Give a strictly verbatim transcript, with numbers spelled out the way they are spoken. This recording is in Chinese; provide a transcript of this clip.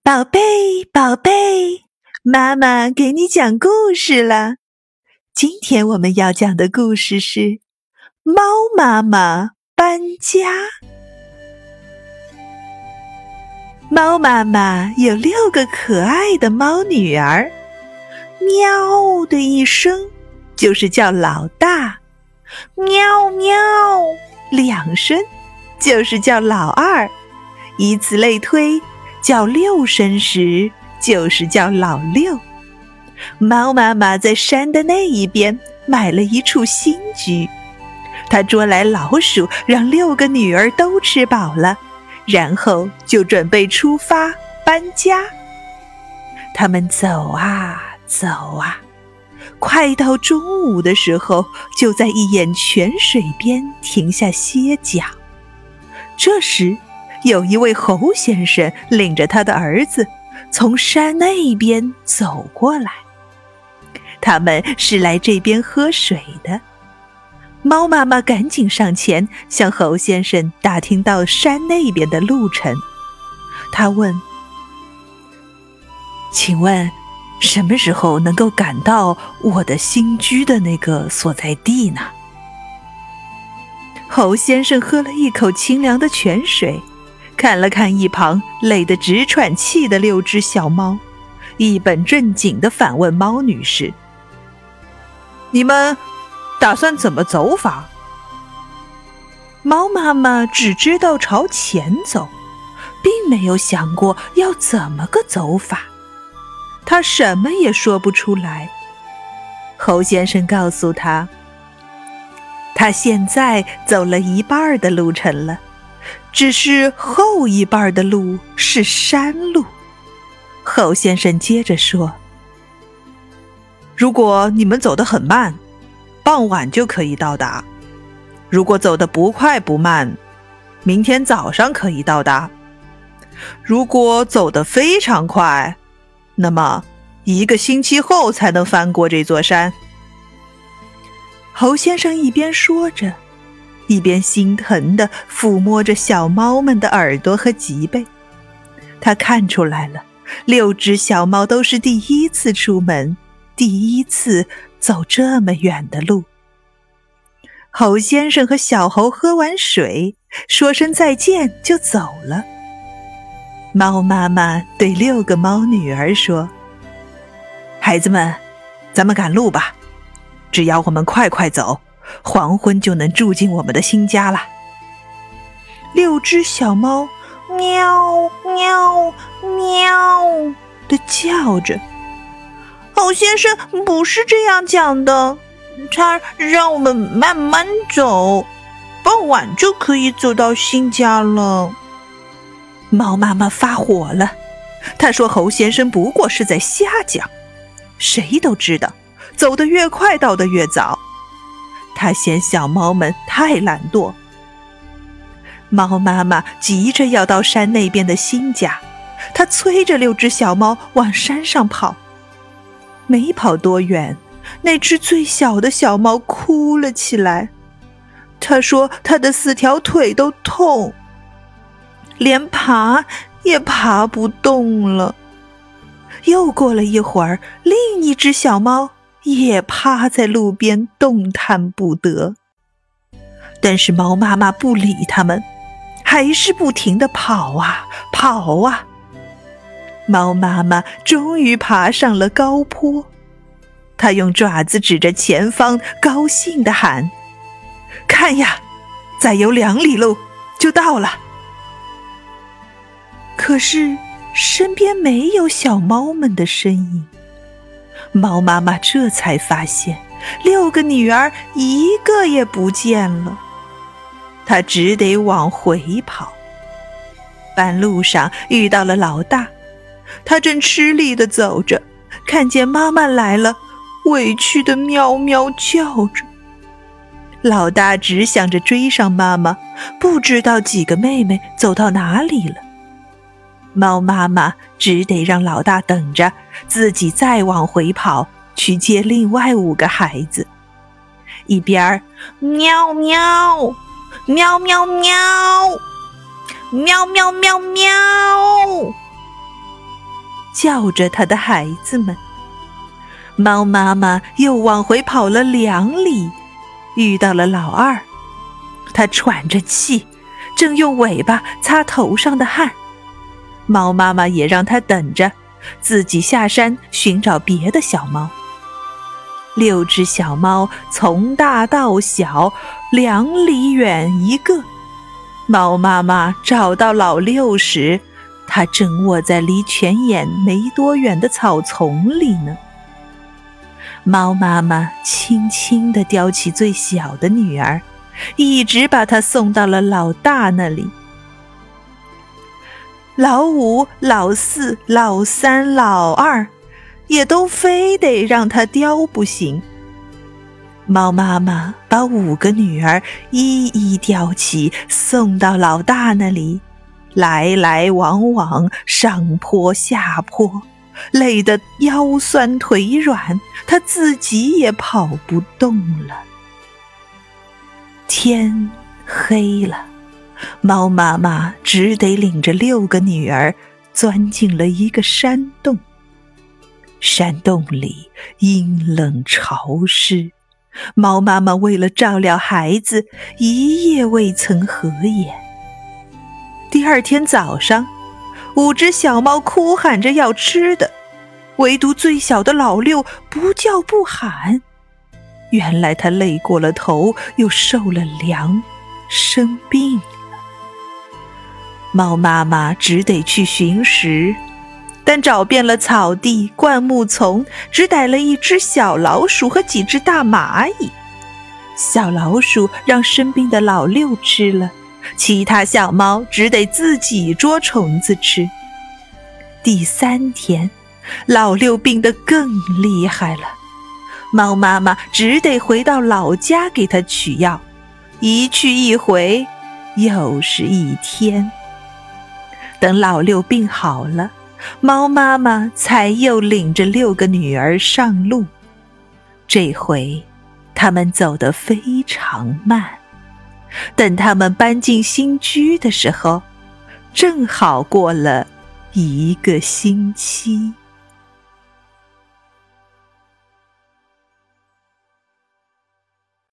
宝贝，宝贝，妈妈给你讲故事了。今天我们要讲的故事是《猫妈妈搬家》。猫妈妈有六个可爱的猫女儿，喵的一声就是叫老大，喵喵两声就是叫老二，以此类推，叫六声时就是叫老六。猫妈妈在山的那一边买了一处新居，她捉来老鼠，让六个女儿都吃饱了，然后就准备出发搬家。他们走啊走啊，快到中午的时候，就在一眼泉水边停下歇脚。这时有一位猴先生领着他的儿子从山那边走过来，他们是来这边喝水的。猫妈妈赶紧上前向猴先生打听到山那边的路程。她问：请问什么时候能够赶到我的新居的那个所在地呢？猴先生喝了一口清凉的泉水，看了看一旁累得直喘气的六只小猫，一本正经地反问猫女士：你们打算怎么走法？猫妈妈只知道朝前走，并没有想过要怎么个走法，她什么也说不出来。猴先生告诉她，他现在走了一半的路程了，只是后一半的路是山路。猴先生接着说：如果你们走得很慢，傍晚就可以到达；如果走得不快不慢，明天早上可以到达；如果走得非常快，那么一个星期后才能翻过这座山。猴先生一边说着，一边心疼地抚摸着小猫们的耳朵和脊背。他看出来了，六只小猫都是第一次出门，第一次走这么远的路。猴先生和小猴喝完水，说声再见就走了。猫妈妈对六个猫女儿说：孩子们，咱们赶路吧，只要我们快快走，黄昏就能住进我们的新家了。六只小猫喵喵喵地叫着。猴先生不是这样讲的，他让我们慢慢走，傍晚就可以走到新家了。猫妈妈发火了，她说猴先生不过是在瞎讲，谁都知道走得越快到得越早。她嫌小猫们太懒惰。猫妈妈急着要到山那边的新家，她催着六只小猫往山上跑。没跑多远，那只最小的小猫哭了起来。她说她的四条腿都痛，连爬也爬不动了。又过了一会儿，另一只小猫也趴在路边动弹不得。但是猫妈妈不理它们，还是不停地跑啊跑啊。猫妈妈终于爬上了高坡，她用爪子指着前方，高兴地喊：看呀，再有两里路就到了。可是身边没有小猫们的身影。猫妈妈这才发现，六个女儿一个也不见了。她只得往回跑。半路上遇到了老大，他正吃力地走着，看见妈妈来了，委屈地喵喵叫着。老大只想着追上妈妈，不知道几个妹妹走到哪里了。猫妈妈只得让老大等着，自己再往回跑，去接另外五个孩子。一边喵喵喵喵喵喵喵喵喵， 叫着他的孩子们。猫妈妈又往回跑了两里，遇到了老二。他喘着气，正用尾巴擦头上的汗。猫妈妈也让他等着，自己下山寻找别的小猫。六只小猫从大到小，两里远一个。猫妈妈找到老六时，它正卧在离泉眼没多远的草丛里呢。猫妈妈轻轻地叼起最小的女儿，一直把她送到了老大那里。老五、老四、老三、老二也都非得让她叼不行。猫妈妈把五个女儿一一叼起，送到老大那里，来来往往，上坡下坡，累得腰酸腿软，他自己也跑不动了。天黑了，猫妈妈只得领着六个女儿钻进了一个山洞。山洞里阴冷潮湿，猫妈妈为了照料孩子，一夜未曾合眼。第二天早上，五只小猫哭喊着要吃的，唯独最小的老六不叫不喊。原来他累过了头，又受了凉，生病了。猫妈妈只得去寻食，但找遍了草地、灌木丛，只逮了一只小老鼠和几只大蚂蚁。小老鼠让生病的老六吃了，其他小猫只得自己捉虫子吃。第三天，老六病得更厉害了，猫妈妈只得回到老家给他取药，一去一回，又是一天。等老六病好了，猫妈妈才又领着六个女儿上路。这回他们走得非常慢，等他们搬进新居的时候，正好过了一个星期。